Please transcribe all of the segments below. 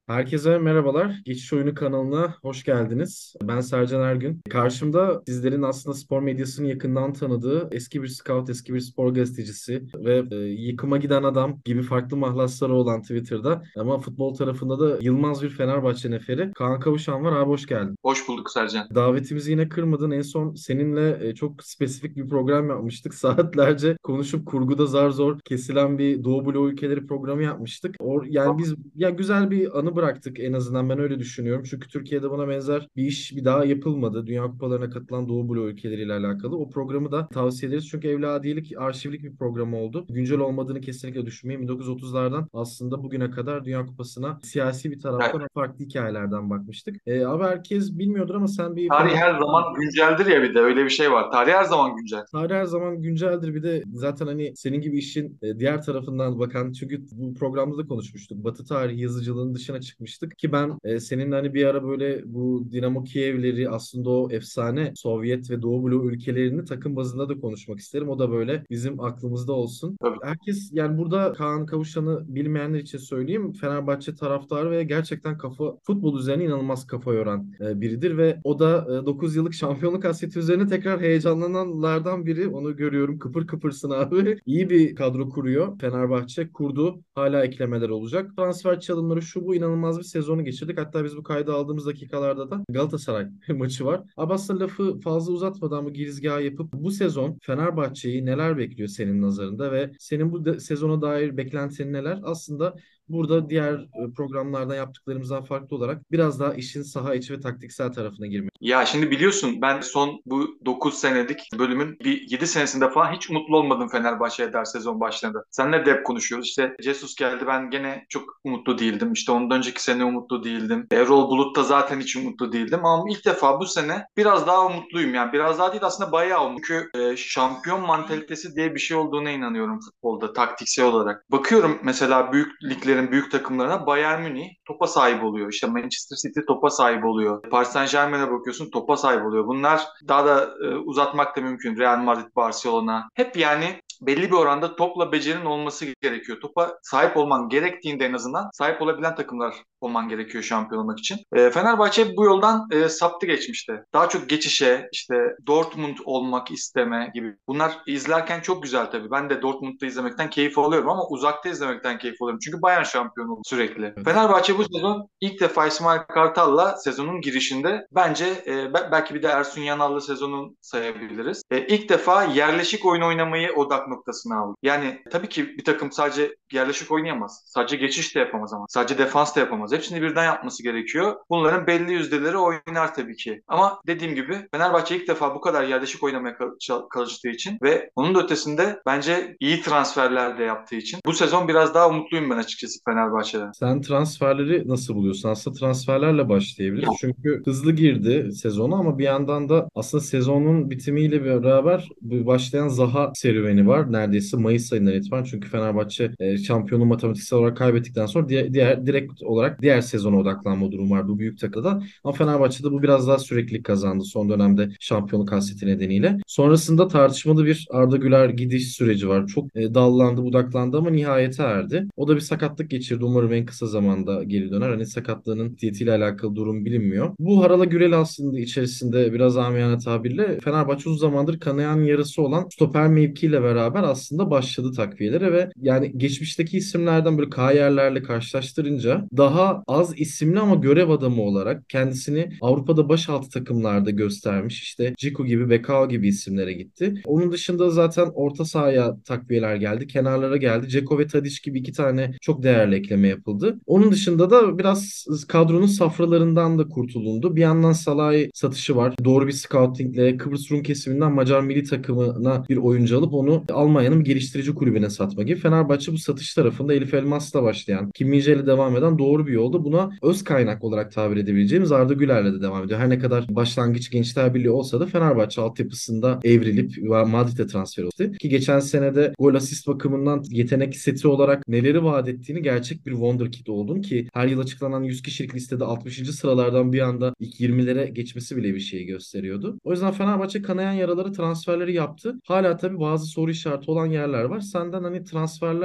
Herkese merhabalar. Geçiş Oyunu kanalına hoş geldiniz. Ben Sercan Ergün. Karşımda sizlerin aslında spor medyasını yakından tanıdığı eski bir scout, eski bir spor gazetecisi ve yıkıma giden adam gibi farklı mahlasları olan Twitter'da ama futbol tarafında da Yılmaz bir Fenerbahçe neferi Kaan Kavuşan var. Abi hoş geldin. Hoş bulduk Sercan. Davetimizi yine kırmadın. En son seninle çok spesifik bir program yapmıştık. Saatlerce konuşup kurguda zar zor kesilen bir Doğu Bloğu ülkeleri programı yapmıştık. Yani biz ya güzel bir anı bıraktık en azından ben öyle düşünüyorum. Çünkü Türkiye'de buna benzer bir iş bir daha yapılmadı. Dünya Kupalarına katılan Doğu Bloğu ülkeleriyle alakalı. O programı da tavsiye ederiz. Çünkü evladiyelik, arşivlik bir program oldu. Güncel olmadığını kesinlikle düşünmeyin. 1930'lardan aslında bugüne kadar Dünya Kupası'na siyasi bir Yani taraftan farklı hikayelerden bakmıştık. Abi herkes bilmiyordur ama sen bir tarih Fener her zaman günceldir ya, bir de öyle bir şey var. Tarih her zaman güncel. Tarih her zaman günceldir. Bir de zaten hani senin gibi işin diğer tarafından bakan çünkü bu programda da konuşmuştuk. Batı tarihi yazıcılığının dışına çıkmıştık ki ben seninle hani bir ara böyle bu Dinamo Kiev'leri aslında o efsane Sovyet ve Doğu Bloğu ülkelerini takım bazında da konuşmak isterim. O da böyle bizim aklımızda olsun. Tabii. Herkes yani burada Kaan Kavuşan'ı bilmeyenler için söyleyeyim. Fenerbahçe taraftarı ve gerçekten futbol üzerine inanılmaz kafa yoran biridir ve o da 9 yıllık şampiyonluk hasreti üzerine tekrar heyecanlananlardan biri. Onu görüyorum. Kıpır kıpırsın abi. İyi bir kadro kuruyor. Fenerbahçe kurdu. Hala eklemeler olacak. Transfer çalımları şu bu inanılmaz bir sezonu geçirdik. Hatta biz bu kaydı aldığımız dakikalarda da Galatasaray maçı var. Abi aslında lafı fazla uzatmadan bu girizgahı yapıp bu sezon Fenerbahçe'yi neler bekliyor senin nazarında ve senin sezona dair beklentinin neler? Aslında burada diğer programlarda yaptıklarımızdan farklı olarak biraz daha işin saha içi ve taktiksel tarafına girmek. Ya şimdi biliyorsun, ben son bu 9 senelik bölümün bir 7 senesinde falan hiç mutlu olmadım Fenerbahçe'ye der sezon başladı. Seninle de hep konuşuyoruz. İşte Jesus geldi, ben gene çok umutlu değildim. İşte ondan önceki sene umutlu değildim. Erol Bulut'ta zaten hiç umutlu değildim. Ama ilk defa bu sene biraz daha umutluyum. Yani biraz daha değil, aslında bayağı umutlu. Çünkü şampiyon mantalitesi diye bir şey olduğuna inanıyorum futbolda, taktiksel olarak. Bakıyorum mesela büyük liglerin büyük takımlarına, Bayern Münih topa sahip oluyor. İşte Manchester City topa sahip oluyor. Paris Saint-Germain'e bakıyorsun, topa sahip oluyor. Bunlar daha da uzatmak da mümkün. Real Madrid, Barcelona. Hep yani belli bir oranda topla becerinin olması gerekiyor. Topa sahip olman gerektiğinde en azından sahip olabilen takımlar olman gerekiyor şampiyon olmak için. Fenerbahçe bu yoldan saptı geçmişte. Daha çok geçişe, işte Dortmund olmak isteme gibi. Bunlar izlerken çok güzel tabii. Ben de Dortmund'da izlemekten keyif alıyorum ama uzakta izlemekten keyif alıyorum. Çünkü Bayern şampiyon oldu sürekli. Evet. Fenerbahçe bu sezon ilk defa İsmail Kartal'la sezonun girişinde, bence belki bir de Ersun Yanal'la sezonun sayabiliriz. İlk defa yerleşik oyun oynamayı odak noktasına aldı. Yani tabii ki bir takım sadece yerleşik oynayamaz. Sadece geçiş de yapamaz ama. Sadece defans da yapamaz. Hepsini birden yapması gerekiyor. Bunların belli yüzdeleri oynar tabii ki. Ama dediğim gibi Fenerbahçe ilk defa bu kadar yerleşik oynamaya çalıştığı için ve onun da ötesinde bence iyi transferler de yaptığı için bu sezon biraz daha umutluyum ben açıkçası Fenerbahçe'den. Sen transferleri nasıl buluyorsun? Aslında transferlerle başlayabiliriz. Çünkü hızlı girdi sezonu ama bir yandan da aslında sezonun bitimiyle beraber başlayan Zaha serüveni var. Neredeyse Mayıs ayından itibaren. Çünkü Fenerbahçe şampiyonu matematiksel olarak kaybettikten sonra direkt olarak diğer sezona odaklanma durumu var bu büyük takıda. Ama Fenerbahçe'de bu biraz daha süreklilik kazandı son dönemde şampiyonluk hasreti nedeniyle. Sonrasında tartışmalı bir Arda Güler gidiş süreci var. Çok dallandı, budaklandı ama nihayete erdi. O da bir sakatlık geçirdi. Umarım en kısa zamanda geri döner. Hani sakatlığının diyetiyle alakalı durum bilinmiyor. Bu Harala Gürel aslında içerisinde biraz amiyane tabirle Fenerbahçe uzun zamandır kanayan yarası olan stoper mevkiyle beraber aslında başladı takviyelere ve yani geçmişteki isimlerden böyle kariyerlerle karşılaştırınca daha az isimli ama görev adamı olarak kendisini Avrupa'da başaltı takımlarda göstermiş. İşte Ciku gibi, Bekao gibi isimlere gitti. Onun dışında zaten orta sahaya takviyeler geldi. Kenarlara geldi. Dzeko ve Tadic gibi iki tane çok değerli ekleme yapıldı. Onun dışında da biraz kadronun safralarından da kurtulundu. Bir yandan Salah'ı satışı var. Doğru bir scoutingle Kıbrıs Rum kesiminden Macar milli takımına bir oyuncu alıp onu Almanya'nın geliştirici kulübüne satma gibi. Fenerbahçe bu satış tarafında Elif Elmas'la başlayan, Kim Min-jae ile devam eden doğru bir yolda. Buna öz kaynak olarak tabir edebileceğimiz Arda Güler'le de devam ediyor. Her ne kadar başlangıç Gençler Birliği olsa da Fenerbahçe altyapısında evrilip Madrid'e transfer oldu. Ki geçen senede gol asist bakımından yetenek seti olarak neleri vaat ettiğini gerçek bir wonderkid oldun ki her yıl açıklanan 100 kişilik listede 60. sıralardan bir anda ilk 20'lere geçmesi bile bir şeyi gösteriyordu. O yüzden Fenerbahçe kanayan yaraları transferleri yaptı. Hala tabii bazı soru işareti olan yerler var. Senden hani transferlerle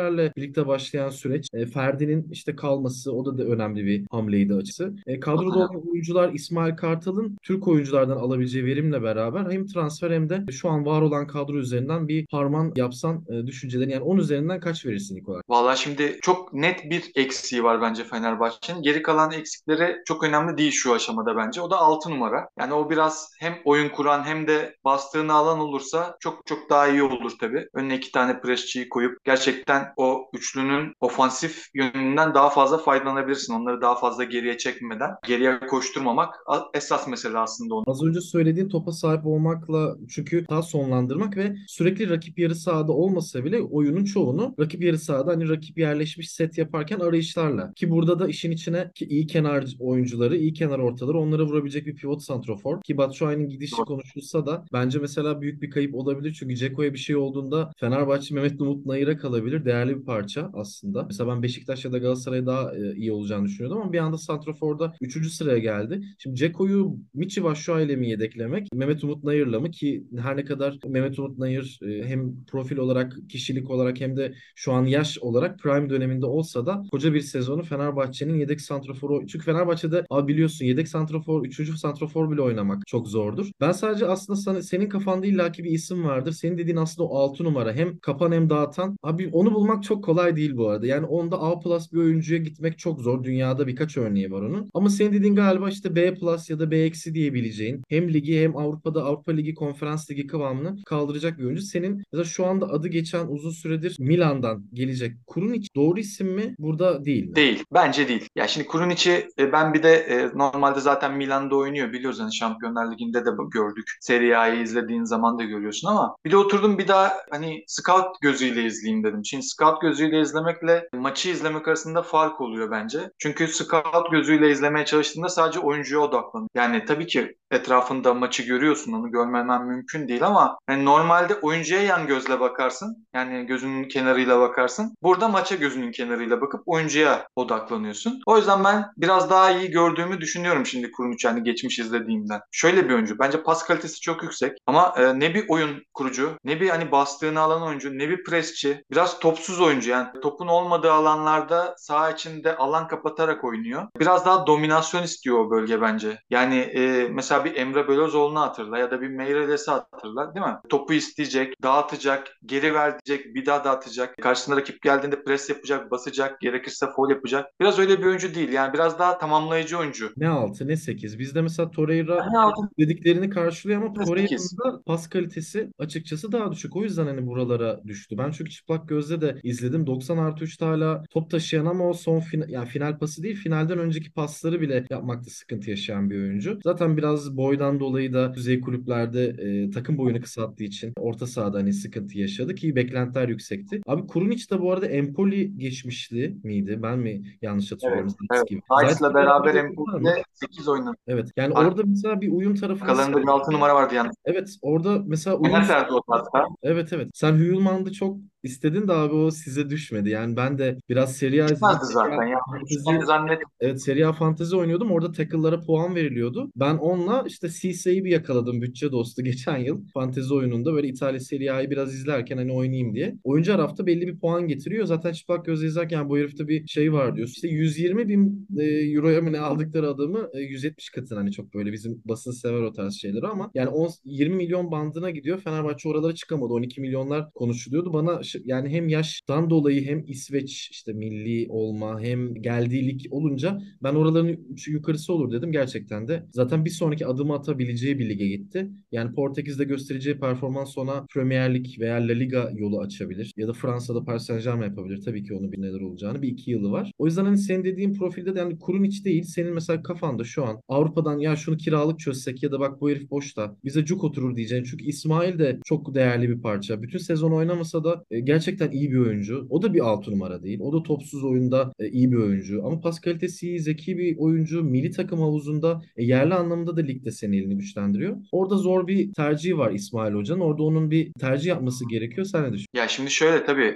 birlikte başlayan süreç. Ferdi'nin işte kalması o da önemli bir hamleydi açısı. Çok Kadroda önemli. olan oyuncular İsmail Kartal'ın Türk oyunculardan alabileceği verimle beraber hem transfer hem de şu an var olan kadro üzerinden bir harman yapsan düşüncelerini yani 10 üzerinden kaç verirsin Nikola? Valla şimdi çok net bir eksiği var bence Fenerbahçe'nin. Geri kalan eksikleri çok önemli değil şu aşamada bence. O da 6 numara. Yani o biraz hem oyun kuran hem de bastığını alan olursa çok çok daha iyi olur tabii. Önüne 2 tane presçiyi koyup gerçekten o üçlünün ofansif yönünden daha fazla faydalanabilirsin. Onları daha fazla geriye çekmeden, geriye koşturmamak esas mesele aslında onu. Az önce söylediğin topa sahip olmakla çünkü daha sonlandırmak ve sürekli rakip yarı sahada olmasa bile oyunun çoğunu rakip yarı sahada hani rakip yerleşmiş set yaparken arayışlarla ki burada da işin içine ki iyi kenar oyuncuları, iyi kenar ortaları onlara vurabilecek bir pivot santrofor ki Batshuayi'nin gidişi konuşulsa da bence mesela büyük bir kayıp olabilir çünkü Dzeko'ya bir şey olduğunda Fenerbahçe Mehmet Umut Nayır'a kalabilir. Değerli bir parça aslında. Mesela ben Beşiktaş ya da Galatasaray'a daha iyi olacağını düşünüyordum ama bir anda santroforda 3. sıraya geldi. Şimdi Dzeko'yu Michy Batshuayi ile mi yedeklemek, Mehmet Umut Nayır'la mı ki her ne kadar Mehmet Umut Nayır hem profil olarak, kişilik olarak hem de şu an yaş olarak prime döneminde olsa da koca bir sezonu Fenerbahçe'nin yedek santroforu. Çünkü Fenerbahçe'de abi biliyorsun yedek santrofor, 3. santrofor bile oynamak çok zordur. Ben sadece aslında senin kafanda illaki bir isim vardır. Senin dediğin aslında o 6 numara hem kapan hem dağıtan. Abi onu bulmak çok kolay değil bu arada. Yani onda A plus bir oyuncuya gitmek çok zor. Dünyada birkaç örneği var onun. Ama senin dediğin galiba işte B plus ya da B eksi diyebileceğin hem ligi hem Avrupa'da Avrupa Ligi, Konferans Ligi kıvamını kaldıracak bir oyuncu. Senin mesela şu anda adı geçen uzun süredir Milan'dan gelecek Krunic doğru isim mi? Burada değil mi? Değil. Bence değil. Ya şimdi Krunic'i ben bir de normalde zaten Milan'da oynuyor biliyoruz hani Şampiyonlar Ligi'nde de gördük. Serie A'yı izlediğin zaman da görüyorsun ama bir de oturdum bir daha hani scout gözüyle izleyeyim dedim. Şimdi scout gözüyle izlemekle maçı izlemek arasında fark oluyor bence. Çünkü scout gözüyle izlemeye çalıştığında sadece oyuncuya odaklanıyor. Yani tabii ki etrafında maçı görüyorsun onu görmemen mümkün değil ama hani normalde oyuncuya yan gözle bakarsın. Yani gözünün kenarıyla bakarsın. Burada maça gözünün kenarıyla bakıp oyuncuya odaklanıyorsun. O yüzden ben biraz daha iyi gördüğümü düşünüyorum şimdi Kurunic yani geçmiş izlediğimden. Şöyle bir oyuncu. Bence pas kalitesi çok yüksek ama ne bir oyun kurucu, ne bir hani bastığını alan oyuncu, ne bir presçi. Biraz topsuz oyuncu yani topun olmadığı alanlarda saha içinde alan kapatarak oynuyor. Biraz daha dominasyon istiyor o bölge bence. Yani mesela bir Emre Belözoğlu'nu hatırla ya da bir Meireles hatırla değil mi? Topu isteyecek, dağıtacak, geri verecek, bir daha dağıtacak. Karşısında rakip geldiğinde pres yapacak, basacak, gerekirse foul yapacak. Biraz öyle bir oyuncu değil. Yani biraz daha tamamlayıcı oyuncu. Ne 6 ne 8. Bizde mesela Torreira Yani altı dediklerini karşılıyor ama Torreira'nın 8. da pas kalitesi açıkçası daha düşük. O yüzden hani buralara düştü. Ben çünkü çıplak gözle de izledim. 90+3'te hala top taşıyan ama o son yani final pası değil finalden önceki pasları bile yapmakta sıkıntı yaşayan bir oyuncu. Zaten biraz boydan dolayı da düzey kulüplerde takım boyunu kısalttığı için orta sahada hani sıkıntı yaşadı ki beklentiler yüksekti. Abi Kurunic de bu arada Empoli geçmişli miydi? Ben mi yanlış hatırlıyorum Evet, Zayt evet. gibi. Rice'la Zayt'la beraber beraber oynadı var mı? Empoli'de 8 oynadı. Evet. Yani orada mesela bir uyum tarafını Arkalarında bir 6 numara vardı yani. evet orada mesela uyum Fener'de o hatta. evet evet. Sen Hüyulman'dı çok istedin de abi o size düşmedi. Yani ben de biraz Serie A izledim. Düşmezdi zaten. Yani düşeceğini Fantezi zannetmiyorum. evet Serie A fantezi oynuyordum. Orada tackle'lara puan veriliyordu. Ben onunla işte Cisse'yi bir yakaladım bütçe dostu geçen yıl. Fantezi oyununda böyle İtalya Serie A'yı biraz izlerken hani oynayayım diye. Oyuncu her hafta belli bir puan getiriyor. Zaten çıplak gözle izlerken bu herifte bir şey var diyorsun. İşte 120 bin euroya mı ne aldıkları adamı 170 katına hani çok böyle bizim basın sever o tarz şeyleri ama yani 20 milyon bandına gidiyor. Fenerbahçe oralara çıkamadı. 12 milyonlar konuşuluyordu. Bana yani hem yaştan dolayı hem İsveç işte milli olma hem geldiği lig olunca ben oraların yukarısı olur dedim. Gerçekten de zaten bir sonraki adımı atabileceği bir lige gitti. Yani Portekiz'de göstereceği performans sonra Premier Lig veya La Liga yolu açabilir. Ya da Fransa'da Paris Saint-Germain yapabilir. Tabii ki onun bir neler olacağını. Bir iki yılı var. O yüzden hani senin dediğin profilde de yani Kurunic değil. Senin mesela kafanda şu an Avrupa'dan ya şunu kiralık çözsek ya da bak bu herif boşta bize cuk oturur diyeceğin. Çünkü İsmail de çok değerli bir parça. Bütün sezon oynamasa da gerçekten iyi bir oyuncu. O da bir 6 numara değil. O da topsuz oyunda iyi bir oyuncu. Ama pas kalitesi iyi, zeki bir oyuncu. Milli takım havuzunda yerli anlamda da ligde senin elini güçlendiriyor. Orada zor bir tercihi var İsmail Hoca'nın. Orada onun bir tercih yapması gerekiyor. Sen ne düşünüyorsun? Ya şimdi şöyle tabii hani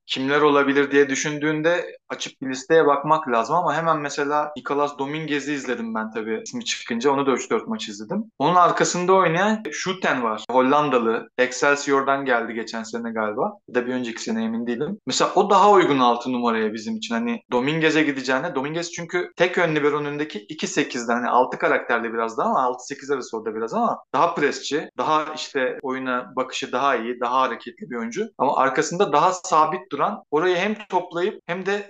kimler olabilir diye düşündüğünde açıp bir listeye bakmak lazım ama hemen mesela Nicolas Dominguez'i izledim ben tabii ismi çıkınca. Onu da 3-4 maç izledim. Onun arkasında oynayan Schouten var. Hollandalı. Excelsior'dan geldi geçen sene galiba. Ya da bir önceki sene emin değilim. Mesela o daha uygun 6 numaraya bizim için. Hani Dominguez'e gideceğine. Dominguez çünkü tek ön libero'nun önündeki 2-8'den hani 6 karakterli biraz daha ama 6-8 arası o da biraz ama daha presçi, daha işte oyuna bakışı daha iyi, daha hareketli bir oyuncu. Ama arkasında daha sabit duran, orayı hem toplayıp hem de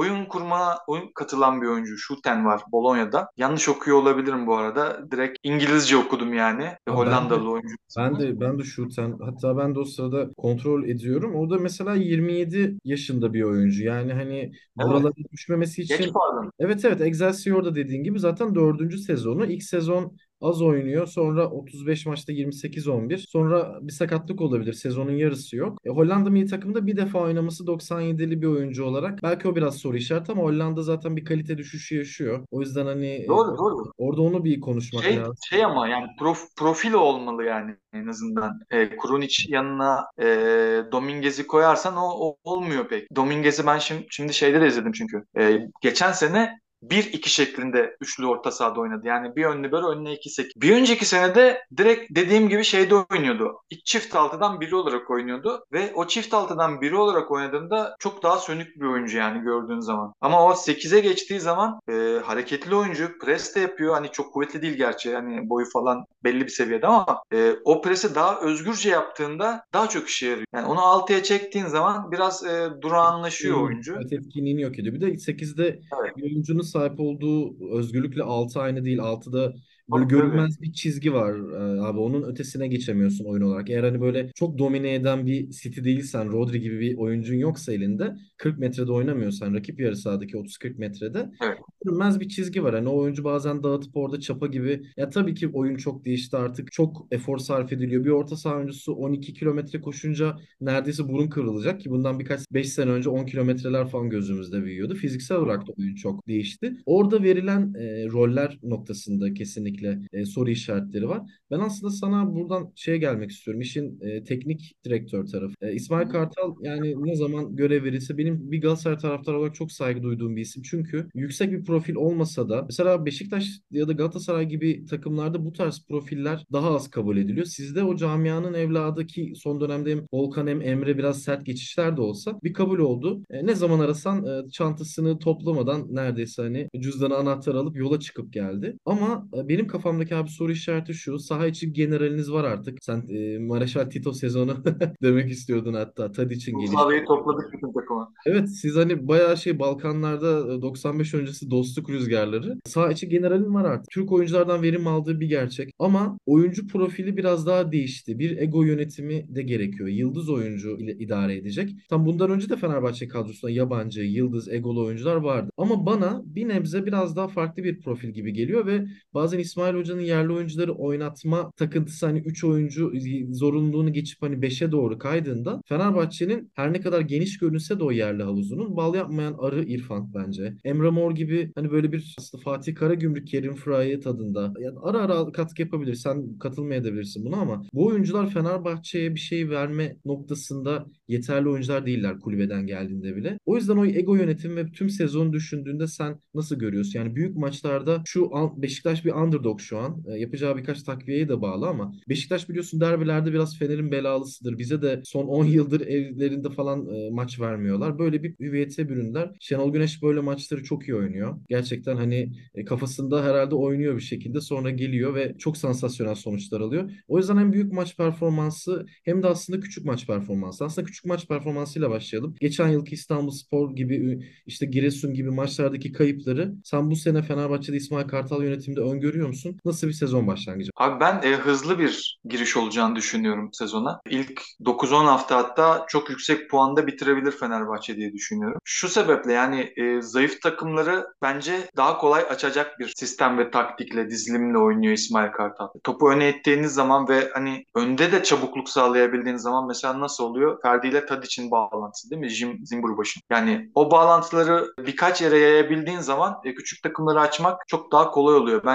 oyun katılan bir oyuncu. Schouten var Bolonya'da. Yanlış okuyor olabilirim bu arada. Direkt İngilizce okudum yani. Ha, Hollandalı oyuncu ismini. ben de şuten, hatta ben de o sırada kontrol ediyorum. O da mesela 27 yaşında bir oyuncu. Yani hani Evet. buralara düşmemesi Geç için, pardon. evet evet, Excelsior'da dediğin gibi zaten dördüncü sezonu. İlk sezon az oynuyor. Sonra 35 maçta 28-11. Sonra bir sakatlık olabilir. Sezonun yarısı yok. Hollanda milli takımda bir defa oynaması, 97'li bir oyuncu olarak. Belki o biraz soru işareti ama Hollanda zaten bir kalite düşüşü yaşıyor. O yüzden hani Doğru doğru. orada onu bir konuşmak lazım. Şey ama yani profil olmalı yani en azından. Krunic yanına Dominguez'i koyarsan o olmuyor pek. Dominguez'i ben şimdi şeyde de izledim çünkü. Geçen sene 1-2 şeklinde üçlü orta sahada oynadı. Yani bir ön libero önüne 2-8. Bir önceki sene de direkt dediğim gibi şeyde oynuyordu. İlk çift altıdan biri olarak oynuyordu ve o çift altıdan biri olarak oynadığında çok daha sönük bir oyuncu yani gördüğün zaman. Ama o 8'e geçtiği zaman hareketli oyuncu, pres de yapıyor. Hani çok kuvvetli değil gerçi. Hani boyu falan belli bir seviyede ama o presi daha özgürce yaptığında daha çok işe yarıyor. Yani onu 6'ya çektiğin zaman biraz durağanlaşıyor oyuncu. Evet, etkinliğini yok ediyor. Bir de 8'de Evet. bir oyuncunun sahip olduğu özgürlükle 6 aynı değil. 6'da böyle Tabii tabii. görünmez bir çizgi var abi. Onun ötesine geçemiyorsun oyun olarak. Eğer hani böyle çok domine eden bir City değilsen, Rodri gibi bir oyuncun yoksa elinde, 40 metrede oynamıyorsan, rakip yarı sahadaki 30-40 metrede Evet. görünmez bir çizgi var. Hani o oyuncu bazen dağıtıp orada çapa gibi. Ya tabii ki oyun çok değişti artık. Çok efor sarf ediliyor. Bir orta saha oyuncusu 12 kilometre koşunca neredeyse burun kıvrılacak ki bundan birkaç 5 sene önce 10 kilometreler falan gözümüzde büyüyordu. Fiziksel olarak da oyun çok değişti. Orada verilen roller noktasında kesinlikle soru işaretleri var. Ben aslında sana buradan şeye gelmek istiyorum. İşin teknik direktör tarafı. İsmail Kartal yani ne zaman görev verirse, benim bir Galatasaray taraftarı olarak çok saygı duyduğum bir isim. Çünkü yüksek bir profil olmasa da mesela Beşiktaş ya da Galatasaray gibi takımlarda bu tarz profiller daha az kabul ediliyor. Sizde o camianın evladı ki son dönemde hem Volkan hem Emre biraz sert geçişler de olsa bir kabul oldu. Ne zaman arasan çantasını toplamadan neredeyse hani cüzdanı, anahtar alıp yola çıkıp geldi. Ama benim kafamdaki abi soru işareti şu. Saha içi generaliniz var artık. Sen Mareşal Tito sezonu demek istiyordun hatta. Tadic'in gelişi. Musa'yı topladık bütün takımı. Evet, siz hani bayağı şey, Balkanlarda 95 öncesi dostluk rüzgarları. Sağ içi generalin var artık. Türk oyunculardan verim aldığı bir gerçek. Ama oyuncu profili biraz daha değişti. Bir ego yönetimi de gerekiyor. Yıldız oyuncu ile idare edecek. Tam bundan önce de Fenerbahçe kadrosunda yabancı, yıldız, egolu oyuncular vardı. Ama bana bir nebze biraz daha farklı bir profil gibi geliyor ve bazen İsmail Hoca'nın yerli oyuncuları oynatma takıntısı, hani 3 oyuncu zorunluluğunu geçip hani 5'e doğru kaydığında Fenerbahçe'nin her ne kadar geniş görünse de o yerli havuzunun bal yapmayan arı İrfan bence. Emre Mor gibi hani böyle bir aslında Fatih Karagümrük, Kerim Fırahi tadında. Yani ara ara katkı yapabilir. Sen katılmayabilirsin buna ama bu oyuncular Fenerbahçe'ye bir şey verme noktasında yeterli oyuncular değiller kulübeden geldiğinde bile. O yüzden o ego yönetimi ve tüm sezonu düşündüğünde sen nasıl görüyorsun? Yani büyük maçlarda Beşiktaş bir underdog şu an. Yapacağı birkaç takviyeye de bağlı ama Beşiktaş biliyorsun derbilerde biraz Fener'in belalısıdır. Bize de son 10 yıldır evlerinde falan maç vermiyorlar. Böyle bir hüviyete büründüler. Şenol Güneş böyle maçları çok iyi oynuyor. Gerçekten hani kafasında herhalde oynuyor bir şekilde, sonra geliyor ve çok sansasyonel sonuçlar alıyor. O yüzden hem büyük maç performansı hem de aslında küçük maç performansı. Aslında küçük maç performansıyla başlayalım. Geçen yılki İstanbulspor gibi, işte Giresun gibi maçlardaki kayıpları sen bu sene Fenerbahçe'de İsmail Kartal yönetiminde öngörüyor musun? Nasıl bir sezon başlangıcı? Abi ben hızlı bir giriş olacağını düşünüyorum sezona. İlk 9-10 hafta hatta çok yüksek puanda bitirebilir Fenerbahçe diye düşünüyorum. Şu sebeple yani zayıf takımları bence daha kolay açacak bir sistem ve taktikle, dizilimle oynuyor İsmail Kartal. Topu öne ittiğiniz zaman ve hani önde de çabukluk sağlayabildiğiniz zaman mesela nasıl oluyor? Ferdi ile Tadic'in bağlantısı değil mi? Zimburbaş'ın. Yani o bağlantıları birkaç yere yayabildiğin zaman küçük takımları açmak çok daha kolay oluyor. Bence hani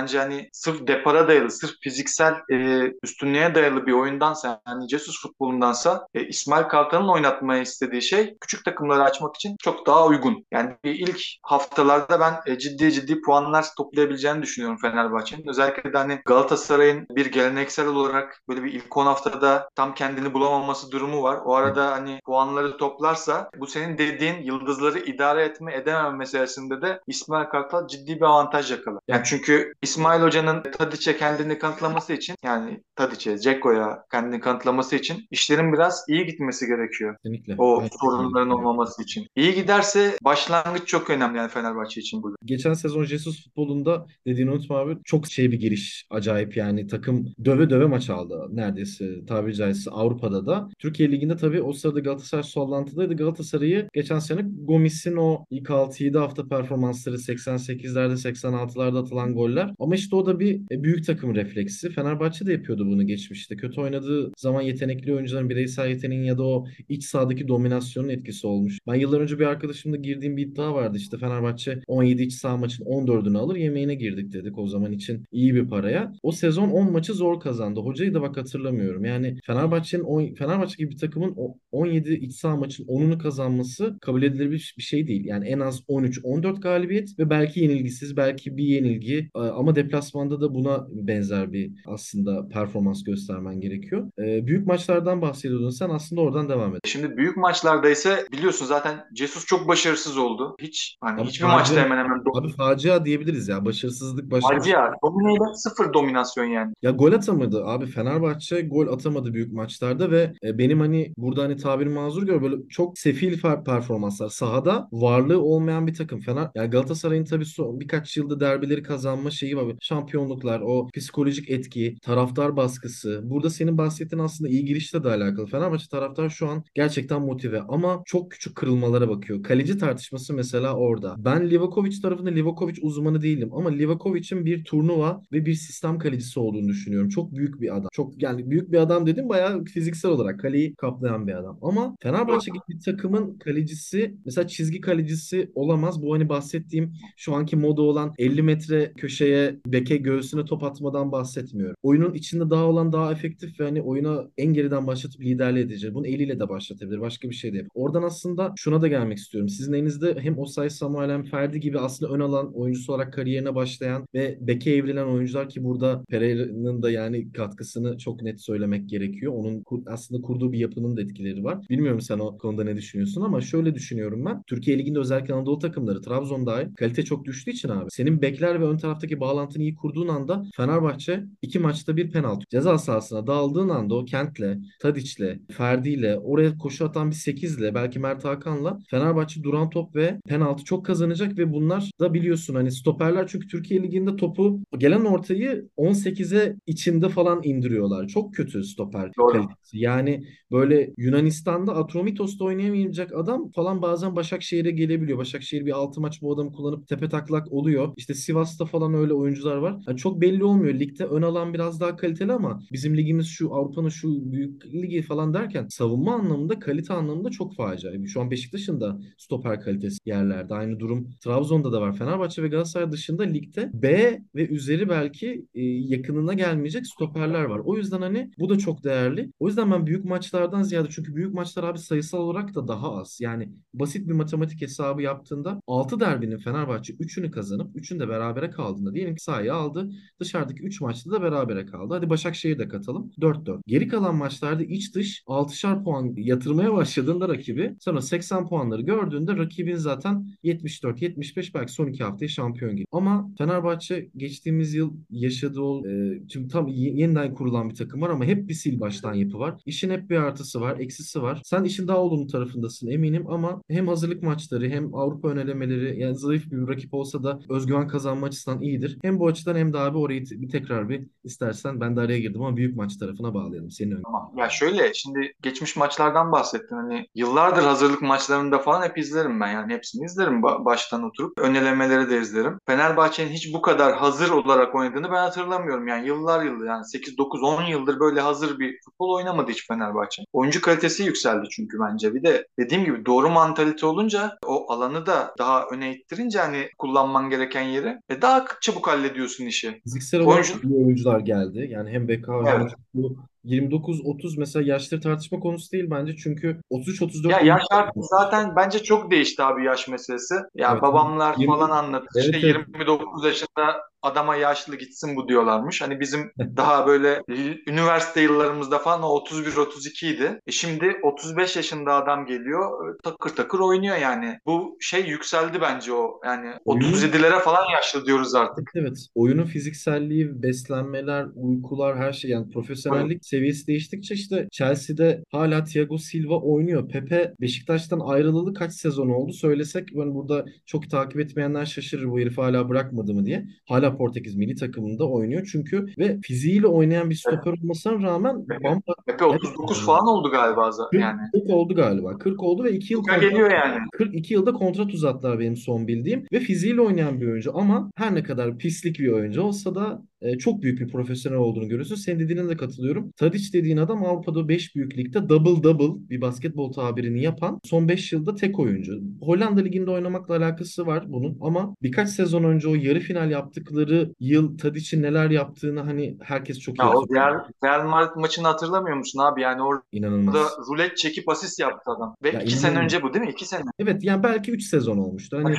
hani sırf depara dayalı, sırf fiziksel üstünlüğe dayalı bir oyundansa, yani Jesus futbolundansa İsmail Kartal'ın oynatmaya istediği şey küçük takımları açmak için çok daha uygun. Yani ilk haftalarda ben ciddi ciddi puanlar toplayabileceğini düşünüyorum Fenerbahçe'nin. Özellikle de hani Galatasaray'ın bir geleneksel olarak böyle bir ilk 10 haftada tam kendini bulamaması durumu var. O arada hani puanları toplarsa bu senin dediğin yıldızları idare etme edememe meselesinde de İsmail Kartal ciddi bir avantaj yakalar. Yani Ya çünkü İsmail Hoca'nın Tadiç'e kendini kanıtlaması için, yani Tadiç'e, Dzeko'ya kendini kanıtlaması için işlerin biraz iyi gitmesi gerekiyor. kesinlikle. O Aynen öyle sorunların düşünüyorum. olmaması için. İyi giderse başlangıç çok önemli yani Fenerbahçe için bu. Geçen sezon Jesus futbolunda dediğini unutma abi. Çok bir giriş. Acayip yani. Takım döve döve maç aldı. Neredeyse tabiri caizse Avrupa'da da. Türkiye Ligi'nde tabii o sırada Galatasaray sallantıdaydı. Galatasaray'ı geçen sene Gomis'in o ilk 6-7 hafta performansları 88'lerde 86'larda atılan goller. Ama işte o da bir büyük takım refleksi. Fenerbahçe de yapıyordu bunu geçmişte. Kötü oynadığı zaman yetenekli oyuncuların bireysel yeteneğin ya da o iç sahadaki dominasyonun etkisi olmuş. Ben yıllar önce bir arkadaşımla girdiğim bir iddia vardı. İşte Fenerbahçe 17 iç saha maçın 14'ünü alır yemeğine girdik dedik o zaman için iyi bir paraya. O sezon 10 maçı zor kazandı. Hocayı da bak hatırlamıyorum. Yani Fenerbahçe gibi bir takımın 17 iç saha maçın 10'unu kazanması kabul edilebilir bir şey değil. Yani en az 13-14 galibiyet ve belki yenilgisiz, belki bir yenilgi ama deplasmanda da buna benzer bir aslında performans göstermen gerekiyor. Büyük maçlardan bahsediyordun sen aslında oradan devam et. Şimdi büyük maçlarda ise biliyorsun zaten Jesus çok başarısız oldu. Abi Hiçbir maçta facia, hemen hemen abi facia diyebiliriz ya. Başarısızlık başka bir şey. facia. Domineyle sıfır dominasyon yani. Ya gol atamadı abi. Fenerbahçe gol atamadı büyük maçlarda ve benim hani burada hani tabiri mazur gör böyle çok sefil performanslar. Sahada varlığı olmayan bir takım. Yani Galatasaray'ın tabii son birkaç yılda derbileri kazanma şeyi var. Şampiyonluklar, o psikolojik etki, taraftar baskısı. Burada senin bahsettiğin aslında iyi girişle de alakalı. Fenerbahçe taraftar şu an gerçekten motive ama çok küçük kırılmalara bakıyor. Kaleci tartışması mesela orada. Ben Livakovic tarafında Livakovic uzmanı değilim ama Livakovic'in bir turnuva ve bir sistem kalecisi olduğunu düşünüyorum. Çok büyük bir adam. Çok yani büyük bir adam dedim bayağı fiziksel olarak kaleyi kaplayan bir adam. Ama Fenerbahçe gibi bir takımın kalecisi mesela çizgi kalecisi olamaz. Bu hani bahsettiğim şu anki moda olan 50 metre köşeye beke göğsüne top atmadan bahsetmiyorum. Oyunun içinde daha olan daha efektif ve hani oyuna en geriden başlatıp liderliği edecek. Bunu eliyle de başlatabilir. Başka bir şey de yapabilir. Oradan aslında şuna da gelmek istiyorum. Sizin elinizde hem Osay Samuel hem Ferdi gibi aslında ön alan oyuncusu olarak kariyerine başlayan ve beke evrilen oyuncular ki burada Pereira'nın da yani katkısını çok net söylemek gerekiyor. Onun aslında kurduğu bir yapının da etkileri var. Bilmiyorum sen o konuda ne düşünüyorsun ama şöyle düşünüyorum ben. Türkiye Ligi'nde özellikle Anadolu takımları Trabzon dahil kalite çok düştüğü için abi. Senin bekler ve ön taraftaki bağlantını iyi kurduğun anda Fenerbahçe iki maçta bir penaltı. Ceza sahasına daldığın anda o Kent'le, Tadiç'le, Ferdi'yle oraya koşu atan bir sekizle belki Mert Hakan'la Fenerbahçe duran top ve penaltı çok kazanacak ve bunlar da biliyorsun hani stoperler çünkü Türkiye Ligi'nde topu gelen ortayı 18'e içinde falan indiriyorlar. Çok kötü stoper Doğru. kalitesi. Yani böyle Yunanistan'da Atromitos'ta oynayamayacak adam falan bazen Başakşehir'e gelebiliyor. Başakşehir bir 6 maç bu adamı kullanıp tepe taklak oluyor. İşte Sivas'ta falan öyle oyuncular var. Yani çok belli olmuyor. Ligde ön alan biraz daha kaliteli ama bizim ligimiz şu Avrupa'nın şu büyük ligi falan derken savunma anlamında kalite anlamında çok facia. Şu an Beşiktaş'ın da stoper kalitesi yerlerde. Aynı durum Trabzon'da da var. Fenerbahçe ve Galatasaray dışında ligde B ve üzeri belki yakınına gelmeyecek stoperler var. O yüzden hani bu da çok değerli. O yüzden ben büyük maçlardan ziyade çünkü büyük maçlar abi sayısal olarak da daha az. Yani basit bir matematik hesabı yaptığında 6 derbinin Fenerbahçe üçünü kazanıp 3'ünü de berabere kaldığında diyelim ki sahaya aldı. Dışarıdaki 3 maçta da berabere kaldı. Hadi Başakşehir'i de katalım. 4-4. Geri kalan maçlarda iç dış 6'şar puan yatırmaya başladığında rakibi sonra 80 puanları gördüğünde rakibin zaten 74-75 belki son 2 haftayı şampiyon gibi. Ama Fenerbahçe geçtiğimiz yıl yaşadığı şimdi tam yeniden kurulan bir takım var ama hep bir sil baştan yapı var. İşin hep bir artısı var, eksisi var. Sen işin daha olumlu tarafındasın eminim ama hem hazırlık maçları hem Avrupa önelemeleri yani zayıf bir rakip olsa da özgüven kazanma açısından iyidir. Hem bu açıdan hem de abi orayı bir tekrar bir istersen ben de araya girdim ama büyük maç tarafına bağlayalım senin Tamam. Ya şöyle şimdi geçmiş maçlardan bahsettin. Hani yıllardır hazırlık maçlarında falan hep izlerim ben. Yani hepsini izlerim baştan oturup. Önelemeleri de izlerim. Fenerbahçe'nin hiç bu kadar hazır olarak oynadığını ben hatırlamıyorum. Yani yıllar yıldır yani 8 9 10 yıldır böyle hazır bir futbol oynamadı hiç Fenerbahçe. Oyuncu kalitesi yükseldi çünkü bence. Bir de dediğim gibi doğru mantalite olunca o alanı da daha öne ittirince hani kullanman gereken yeri daha çabuk hallediyorsun yapıyorsun işi. Fiziksel olarak Oyuncu da iyi oyuncular geldi. Yani hem BK hem evet. bu 29-30 mesela yaşları tartışma konusu değil bence. Çünkü 33-34 Ya oyuncu yaş artık var. zaten bence çok değişti abi yaş meselesi. Ya Evet. babamlar 20, falan anlatır. İşte evet, evet. 29 yaşında adama yaşlı gitsin bu diyorlarmış. Hani bizim daha böyle üniversite yıllarımızda falan o 31-32 idi. Şimdi 35 yaşında adam geliyor takır takır oynuyor yani. Bu şey yükseldi bence o. Yani Oyunun 37'lere falan yaşlı diyoruz Evet, artık. evet. Oyunun fizikselliği, beslenmeler, uykular her şey yani Tabii. profesyonellik seviyesi değiştikçe işte Chelsea'de hala Thiago Silva oynuyor. Pepe Beşiktaş'tan ayrılalı kaç sezon oldu söylesek ben burada çok takip etmeyenler şaşırır bu herif hala bırakmadı mı diye. Hala Portekiz milli takımında oynuyor çünkü ve fiziğiyle oynayan bir stoper olmasına rağmen Pepe, bambaşka Pepe evet, 39 yani falan oldu galiba 40, yani. 40 oldu galiba. 40 oldu ve 2 yıl 40'a kontrat geliyor yani. 42 yılda kontrat uzattılar benim son bildiğim ve fiziğiyle oynayan bir oyuncu ama her ne kadar pislik bir oyuncu olsa da çok büyük bir profesyonel olduğunu görüyorsun. Senin dediğine de katılıyorum. Tadic dediğin adam Avrupa'da 5 büyük ligde double double bir basketbol tabirini yapan son 5 yılda tek oyuncu. Hollanda liginde oynamakla alakası var bunun ama birkaç sezon önce o yarı final yaptıkları yıl Tadic'in neler yaptığını hani herkes çok iyi Ya o hatırlıyor. Real Madrid maçını hatırlamıyor musun abi? Yani orada İnanılmaz. rulet çekip asist yaptı adam. Ve Ya 2 sene inanılmaz. önce bu değil mi? 2 sene. Evet yani belki 3 sezon olmuştu. Ya Hani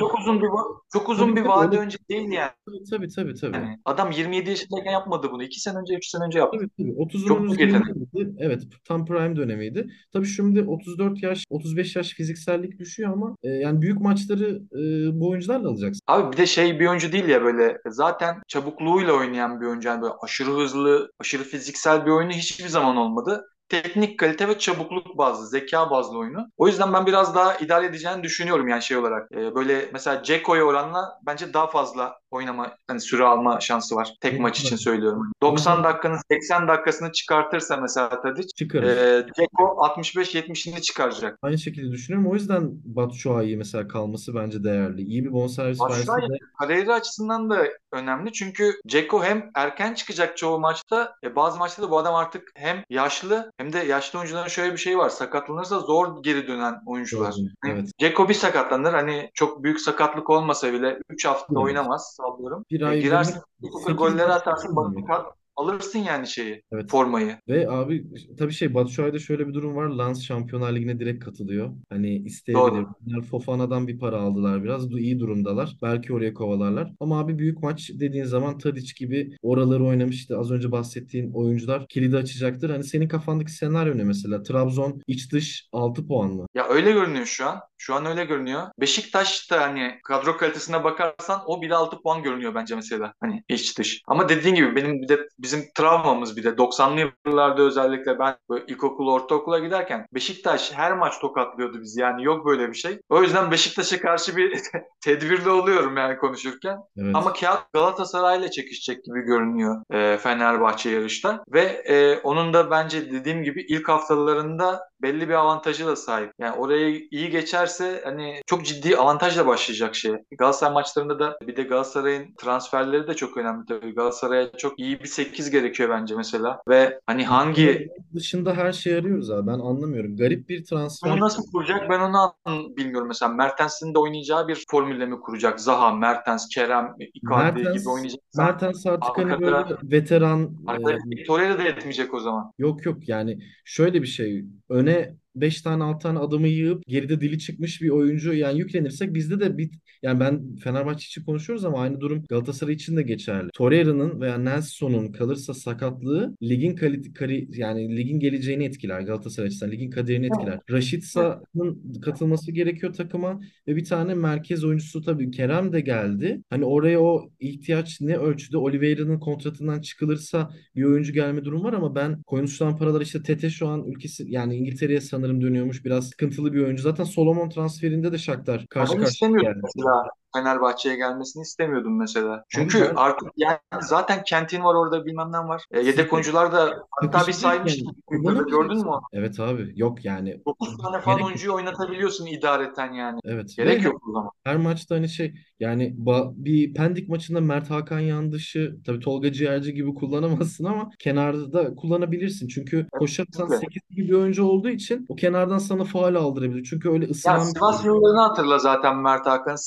çok uzun tabii bir tabii vade öyle önce değil yani. tabii tabii tabii. Tabii. Adam 27 yaşındayken yapmadı bunu. 2 sene önce, 3 sene önce yaptı. Tabii tabii. 30'unun Çok büyük yetenek. üzerindeydi. Evet, tam prime dönemiydi. Tabii şimdi 34 yaş, 35 yaş fiziksellik düşüyor ama yani büyük maçları bu oyuncularla alacaksın. Abi bir de şey bir oyuncu değil ya böyle zaten çabukluğuyla oynayan bir oyuncu. Yani böyle aşırı hızlı, aşırı fiziksel bir oyunu hiçbir zaman olmadı. Teknik kalite ve çabukluk bazlı, zeka bazlı oyunu. O yüzden ben biraz daha idare edeceğini düşünüyorum yani şey olarak. Böyle mesela Dzeko'ya oranla bence daha fazla oynama, hani süre alma şansı var. Tek maç için Muhtemelen. söylüyorum. O yüzden 90 dakikanın 80 dakikasını çıkartırsa mesela Tadic, çıkarır. Dzeko 65-70'ini çıkaracak. Aynı şekilde düşünüyorum. O yüzden Batshuayi mesela kalması bence değerli. İyi bir bonservis verse Batshuayi de kariyeri açısından da önemli çünkü Dzeko hem erken çıkacak çoğu maçta bazı maçta da bu adam artık hem yaşlı hem de yaşlı oyuncuların şöyle bir şey var sakatlanırsa zor geri dönen oyuncular. gördüm. Hani Evet. Dzeko bir sakatlanır hani çok büyük sakatlık olmasa bile 3 Bir hafta ay. oynamaz sallıyorum. Bir ay Girersin demek 0 8 golleri maç atarsın falan demek. alırsın yani şeyi Evet. formayı. Ve abi tabii Batshuayi'de şöyle bir durum var. Lens Şampiyonlar Ligi'ne direkt katılıyor. Hani isteyebilir. Doğru. Bunlar Fofana'dan bir para aldılar biraz. İyi durumdalar. Belki oraya kovalarlar. Ama abi büyük maç dediğin zaman Tadic gibi oraları oynamış işte az önce bahsettiğin oyuncular kilidi açacaktır. Hani senin kafandaki senaryo ne mesela? Trabzon iç dış 6 puan mı? Ya öyle görünüyor şu an. Şu an öyle görünüyor. Beşiktaş da hani kadro kalitesine bakarsan o bile 6 puan görünüyor bence mesela. Hani iç dış. Ama dediğin gibi benim bir de bizim travmamız bir de 90'lı yıllarda özellikle ben böyle ilkokul, ortaokula giderken Beşiktaş her maç tokatlıyordu bizi. Yani yok böyle bir şey. O yüzden Beşiktaş'a karşı bir tedbirli oluyorum yani konuşurken. Ama Evet. kağıt Galatasaray'la çekişecek gibi görünüyor Fenerbahçe yarışta. Ve onun da bence dediğim gibi ilk haftalarında belli bir avantajı da sahip. Yani orayı iyi geçerse hani çok ciddi avantajla başlayacak şey. Galatasaray maçlarında da bir de Galatasaray'ın transferleri de çok önemli tabii. Galatasaray'a çok iyi bir 8 gerekiyor bence mesela. Ve hani Muhtemelen hangi dışında her şey arıyoruz abi. Ben anlamıyorum. Garip bir bunu transfer. nasıl kuracak ben onu bilmiyorum. Mesela Mertens'in de oynayacağı bir formülle mi kuracak? Zaha, Mertens, Kerem, Icardi gibi Mertens oynayacaksan Mertens artık hani böyle arkada veteran arkada Torreira da yetmeyecek o zaman. yok yok yani şöyle bir şey öne 5 tane 6 tane adamı yığıp geride dili çıkmış bir oyuncu yani yüklenirsek bizde de bir yani ben Fenerbahçe için konuşuyoruz ama aynı durum Galatasaray için de geçerli. Torreira'nın veya Nelson'un kalırsa sakatlığı ligin yani ligin geleceğini etkiler Galatasaray açısından ligin kaderini etkiler. Evet. Rashica'nın katılması gerekiyor takıma ve bir tane merkez oyuncusu tabii Kerem de geldi. Hani oraya o ihtiyaç ne ölçüde Oliveira'nın kontratından çıkılırsa bir oyuncu gelme durum var ama ben konuşulan paralar işte Tete şu an ülkesi yani İngiltere'ye sanırım dönüyormuş. Biraz sıkıntılı bir oyuncu. Zaten Solomon transferinde de Shakhtar Ya karşı ben karşıya istemiyordum geldi. mesela Fenerbahçe'ye gelmesini istemiyordum mesela. Abi Çünkü ben artık yani zaten Kentin var orada bilmem ne var. Yedek sistem oyuncular da hatta bir saymıştım sıkıştırırken Twitter'da gördün mü onu? kullanamayacaksın. Evet abi yok yani 9 tane falan gerek yok. oyuncuyu oynatabiliyorsun idareten yani. Evet ve Gerek yok o zaman. her maçta hani şey yani bir Pendik maçında Mert Hakan Yandaş'ı tabii Tolga Ciğerci gibi kullanamazsın ama kenarda da kullanabilirsin. Çünkü koşarsan Kesinlikle. 8 gibi bir oyuncu olduğu için o kenardan sana faul aldırabilir. Çünkü öyle Ya ısıran bir Sivas yıllarını hatırla zaten Mert Hakan Sivas yılları.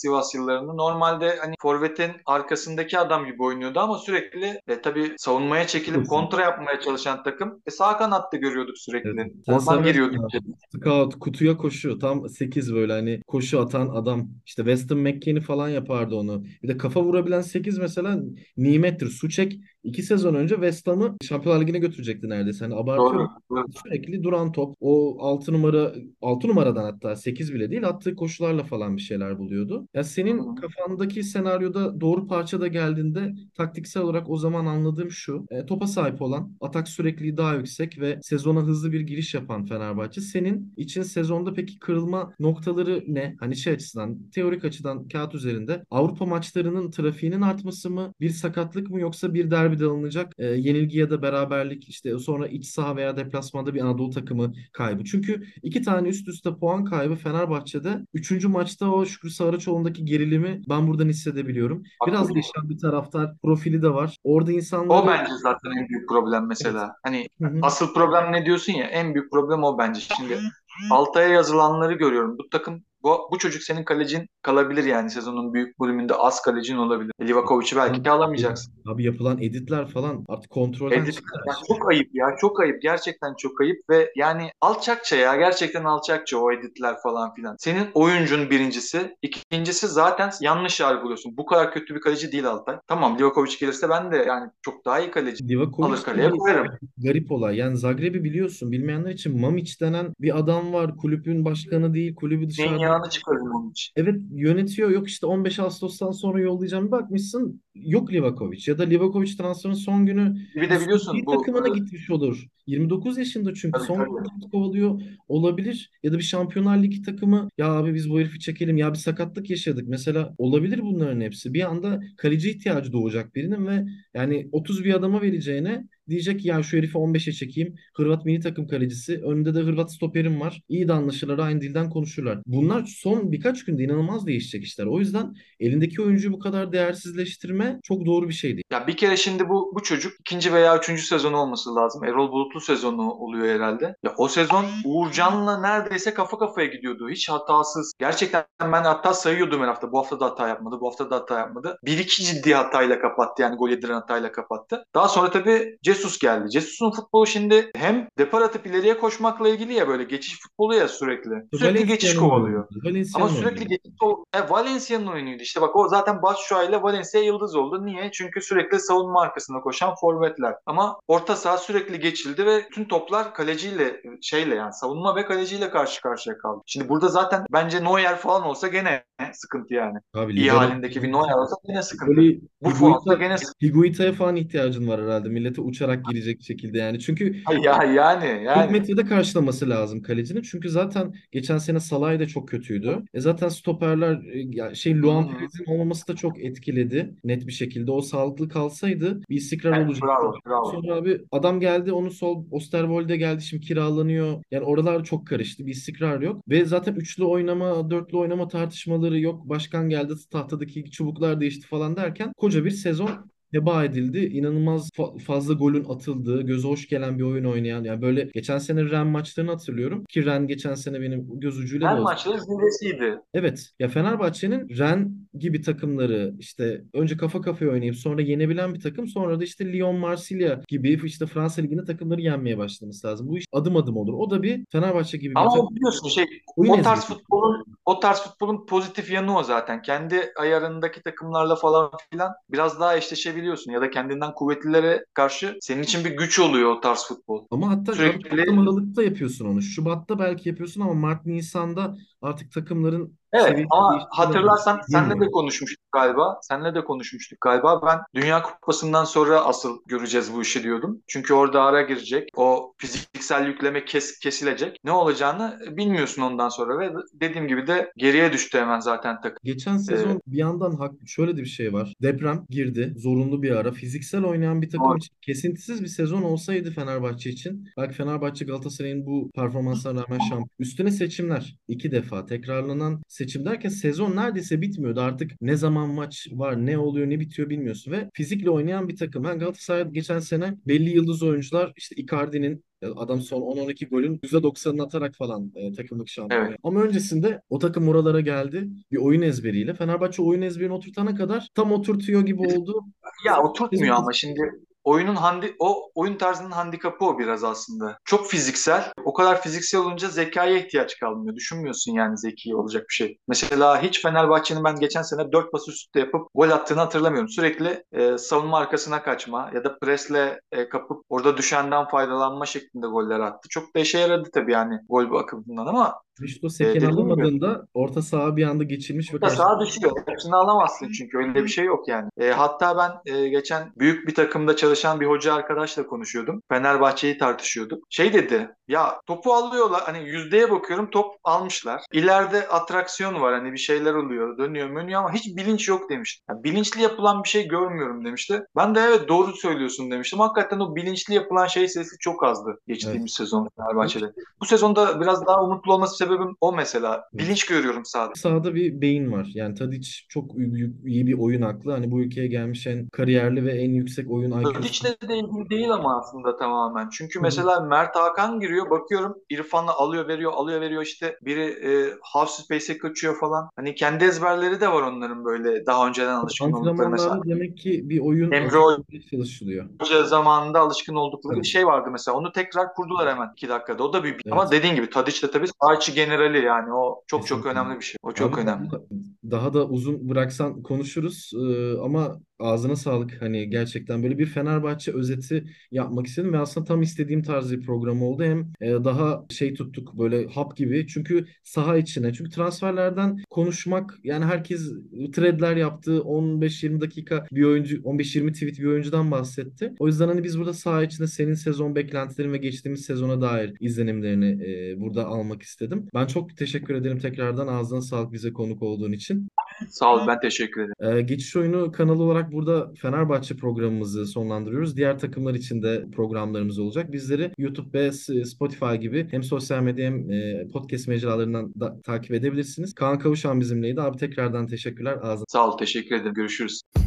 maçlarını. Normalde hani forvetin arkasındaki adam gibi oynuyordu ama sürekli tabii savunmaya çekilip kontra yapmaya çalışan takım. Sağ kanatta görüyorduk Evet. sürekli. Sen Oradan seversin giriyorduk. abi. Scout kutuya koşuyor. Tam 8 böyle hani koşu atan adam. İşte Weston McKennie falan yapardı onu. Bir de kafa vurabilen 8 mesela nimettir. Suçek 2 sezon önce West Ham'ı Şampiyonlar Ligi'ne götürecekti neredeyse. Hani Doğru. abartıyorum. Doğru. Sürekli duran top. O 6 numara 6 numaradan hatta 8 bile değil attığı koşularla falan bir şeyler buluyordu. Ya Hı senin hı. kafandaki senaryoda doğru parçada geldiğinde taktiksel olarak o zaman anladığım şu. Topa sahip olan, atak sürekliliği daha yüksek ve sezona hızlı bir giriş yapan Fenerbahçe. Senin için sezonda peki kırılma noktaları ne? Hani şey açısından, teorik açıdan kağıt üzerinde Avrupa maçlarının trafiğinin artması mı, bir sakatlık mı yoksa bir derbide alınacak yenilgi ya da beraberlik işte sonra iç saha veya deplasmanda bir Anadolu takımı kaybı. Çünkü iki tane üst üste puan kaybı Fenerbahçe'de. Üçüncü maçta o Şükrü Saraçoğlu'ndaki gerilimi ben buradan hissedebiliyorum. Biraz Haklısın. değişen bir taraftar profili de var. Orada O insanları bence zaten en büyük problem evet. mesela. Hani Hı hı. asıl problem ne diyorsun ya, en büyük problem o bence. Şimdi Altay'a yazılanları görüyorum. Bu takım, bu çocuk senin kalecin kalabilir yani, sezonun büyük bölümünde az kalecin olabilir. Livakovic'i belki de alamayacaksın. Abi yapılan editler falan artık kontrolden Edit, çıktı her ya şey. çok ayıp ya, çok ayıp, gerçekten çok ayıp ve yani alçakça, ya gerçekten alçakça o editler falan filan. Senin oyuncun birincisi, ikincisi zaten yanlış yargılıyorsun. Bu kadar kötü bir kaleci değil Altay. Tamam, Livakovic gelirse ben de yani çok daha iyi kaleci alır Livakovic de kaleye bir koyarım. garip olay. Yani Zagreb'i biliyorsun. Bilmeyenler için Mamić denen bir adam var. Kulübün başkanı değil. Kulübü Neyin dışarıda. yağını çıkarırım onun için. Evet yönetiyor. Yok işte 15 Ağustos'tan sonra yollayacağım. Bir bakmışsın yok Livakovic. Ya da Livakovic transferin son günü Bir bir de Süper biliyorsun Lig bu takımına gitmiş olur. 29 yaşında çünkü tabii son tabii. kontrat kovalıyor olabilir. Ya da bir Şampiyonlar Ligi takımı ya abi biz bu herifi çekelim ya bir sakatlık yaşadık. Mesela olabilir bunların hepsi. Bir anda kaleci ihtiyacı doğacak birinin ve yani 30 bir adama vereceğine diyecek ki ya şu herifi 15'e çekeyim. Hırvat milli takım kalecisi. Önünde de Hırvat stoperim var. İyi de anlaşırlar. Aynı dilden konuşurlar. Bunlar son birkaç günde inanılmaz değişecek işler. O yüzden elindeki oyuncuyu bu kadar değersizleştirme çok doğru bir şey değil. Ya bir kere şimdi bu çocuk ikinci veya üçüncü sezonu olması lazım. Erol Bulutlu sezonu oluyor herhalde. Ya o sezon Uğurcan'la neredeyse kafa kafaya gidiyordu. Hiç hatasız. Gerçekten ben hatta sayıyordum her hafta. Bu hafta da hata yapmadı. Bu hafta da hata yapmadı. Bir iki ciddi hatayla kapattı. Yani gol yediren hatayla kapattı. Daha sonra tabii Jesus geldi. Jesus'un futbolu şimdi hem depar atıp ileriye koşmakla ilgili ya, böyle geçiş futbolu ya sürekli. Sürekli geçiş Valencia'nın oyunu. kovalıyor. Ama Valencia'nın sürekli oyunu. geçiş Valencia'nın oyunuydu. İşte bak, o zaten Batshuayi ile Valencia yıldız oldu. Niye? Çünkü sürekli savunma arkasında koşan forvetler. Ama orta saha sürekli geçildi ve tüm toplar kaleciyle yani savunma ve kaleciyle karşı karşıya kaldı. Şimdi burada zaten bence Neuer falan olsa gene sıkıntı yani. Abi İyi libero halindeki bir Neuer olsa gene sıkıntı. Böyle Buffon olsa gene Higuita'ya falan ihtiyacın var herhalde. Millete uçarak girecek şekilde yani. Çünkü yani 40 metrede karşılaması lazım kalecinin. Çünkü zaten geçen sene Salah'ı da çok kötüydü. Zaten stoperler ya şey Hı Luan hı. Perez'in olmaması da çok etkiledi. Net bir şekilde. O sağlıklı kalsaydı bir istikrar Evet, olacaktı. bravo, bravo. Sonra abi adam geldi onu sol Osterwolde geldi şimdi kiralanıyor. Yani oralar çok karıştı. Bir istikrar yok. Ve zaten üçlü oynama, dörtlü oynama tartışmaları yok. Başkan geldi tahtadaki çubuklar değişti falan derken koca bir sezon heba edildi. İnanılmaz fazla golün atıldığı, göze hoş gelen bir oyun oynayan. Yani böyle geçen sene Ren maçlarını hatırlıyorum. Ki Ren geçen sene benim göz ucuyla da Her olsa. maçları zirvesiydi. Evet. Ya Fenerbahçe'nin Ren gibi takımları işte önce kafa kafaya oynayıp sonra yenebilen bir takım. Sonra da işte Lyon, Marsilya gibi işte Fransa Ligi'nde takımları yenmeye başlaması lazım. Bu iş adım adım olur. O da bir Fenerbahçe gibi bir Ama takım o biliyorsun oyun ezberi. o tarz futbolun pozitif yanı o zaten. Kendi ayarındaki takımlarla falan filan biraz daha eşleşebiliyorsun ya da kendinden kuvvetlilere karşı senin için bir güç oluyor o tarz futbol. Ama hatta abi Sürekli tam Aralık'ta yapıyorsun onu. Şubat'ta belki yapıyorsun ama Mart, Nisan'da artık takımların evet, seviyesi ama değiştiğini hatırlarsan senle bilmiyor. de konuşmuştuk galiba. Senle de konuşmuştuk galiba. Ben Dünya Kupası'ndan sonra asıl göreceğiz bu işi diyordum. Çünkü orada ara girecek. O fiziksel yükleme kesilecek. Ne olacağını bilmiyorsun ondan sonra ve dediğim gibi de geriye düştü hemen zaten takım. Geçen Ee, sezon bir yandan şöyle de bir şey var. Deprem girdi. Zorunlu bir ara. Fiziksel oynayan bir takım için kesintisiz bir sezon olsaydı Fenerbahçe için. Belki Fenerbahçe Galatasaray'ın bu performanslarına rağmen şampiyon. Üstüne seçimler. İki defa tekrarlanan seçim derken sezon neredeyse bitmiyordu. Artık ne zaman maç var, ne oluyor, ne bitiyor bilmiyorsun ve fizikle oynayan bir takım. Ben Galatasaray geçen sene belli yıldız oyuncular işte Icardi'nin adam son 10-12 golün %90'ını atarak falan takımlık şampiyon Evet. yaptı. Ama öncesinde o takım oralara geldi. Bir oyun ezberiyle. Fenerbahçe oyun ezberini oturtana kadar tam oturtuyor gibi oldu. Ya oturtmuyor Sezon ama şimdi o oyun tarzının handikapı o biraz aslında. Çok fiziksel. O kadar fiziksel olunca zekaya ihtiyaç kalmıyor. Düşünmüyorsun yani zeki olacak bir şey. Mesela hiç Fenerbahçe'nin ben geçen sene 4 pas üst üste yapıp gol attığını hatırlamıyorum. Sürekli savunma arkasına kaçma ya da presle kapıp orada düşenden faydalanma şeklinde goller attı. Çok da işe yaradı tabii yani gol bakımından ama Hristo dediğim gibi alamadığında orta saha bir anda geçilmiş ve burada karşı sağa düşüyor. Hepsini alamazsın çünkü öyle bir şey yok yani. Hatta ben geçen büyük bir takımda çalışan bir hoca arkadaşla konuşuyordum. Fenerbahçe'yi tartışıyorduk. Şey dedi ya topu alıyorlar hani yüzdeye bakıyorum top almışlar. İleride atraksiyon var hani bir şeyler oluyor dönüyor mönüyor ama hiç bilinç yok demişti. Yani bilinçli yapılan bir şey görmüyorum demişti. Ben de evet doğru söylüyorsun demiştim. Hakikaten o bilinçli yapılan şey sayısı çok azdı evet. geçtiğimiz sezon Ama Fenerbahçe'de. işte, Bu sezonda biraz daha umutlu olması sebebim o mesela. evet. Bilinç görüyorum sahada. Sahada bir beyin var. Yani Tadic çok iyi bir oyun aklı. Hani bu ülkeye gelmiş en kariyerli ve en yüksek oyun IQ'su. Tadic'le de ilgili değil ama aslında tamamen. Çünkü Hı hı. mesela Mert Hakan giriyor bakıyorum İrfan'la alıyor veriyor alıyor veriyor işte biri half space'e kaçıyor falan. Hani kendi ezberleri de var onların böyle daha önceden alışkın oldukları mesela. Antrenmanlarda demek ki bir oyun Emre oturtmaya çalışılıyor. Hoca zamanında alışkın oldukları bir Tabii. şey vardı mesela. Onu tekrar kurdular hemen 2 dakikada. O da bir ama Evet. dediğin gibi Tadic de tabii saha içi generali yani o çok çok Kesinlikle. önemli bir şey. O çok Abi önemli. daha da uzun bıraksan konuşuruz. Ama ağzına sağlık. Hani gerçekten böyle bir Fenerbahçe özeti yapmak istedim ve aslında tam istediğim tarz bir program oldu. Hem daha şey tuttuk böyle hap gibi. Çünkü saha içine. Çünkü transferlerden konuşmak yani herkes threadler yaptı. 15-20 dakika bir oyuncu 15-20 tweet bir oyuncudan bahsetti. O yüzden hani biz burada saha içinde senin sezon beklentilerin ve geçtiğimiz sezona dair izlenimlerini burada almak istedim. Ben çok teşekkür ederim tekrardan. Ağzına sağlık bize konuk olduğun için. Sağ ol ben teşekkür ederim. Geçiş Oyunu kanalı olarak burada Fenerbahçe programımızı sonlandırıyoruz. Diğer takımlar için de programlarımız olacak. Bizleri YouTube ve Spotify gibi hem sosyal medya hem podcast mecralarından da takip edebilirsiniz. Kaan Kavuşan bizimleydi. Abi tekrardan teşekkürler. Ağzına Sağ ol teşekkür ederim. Görüşürüz.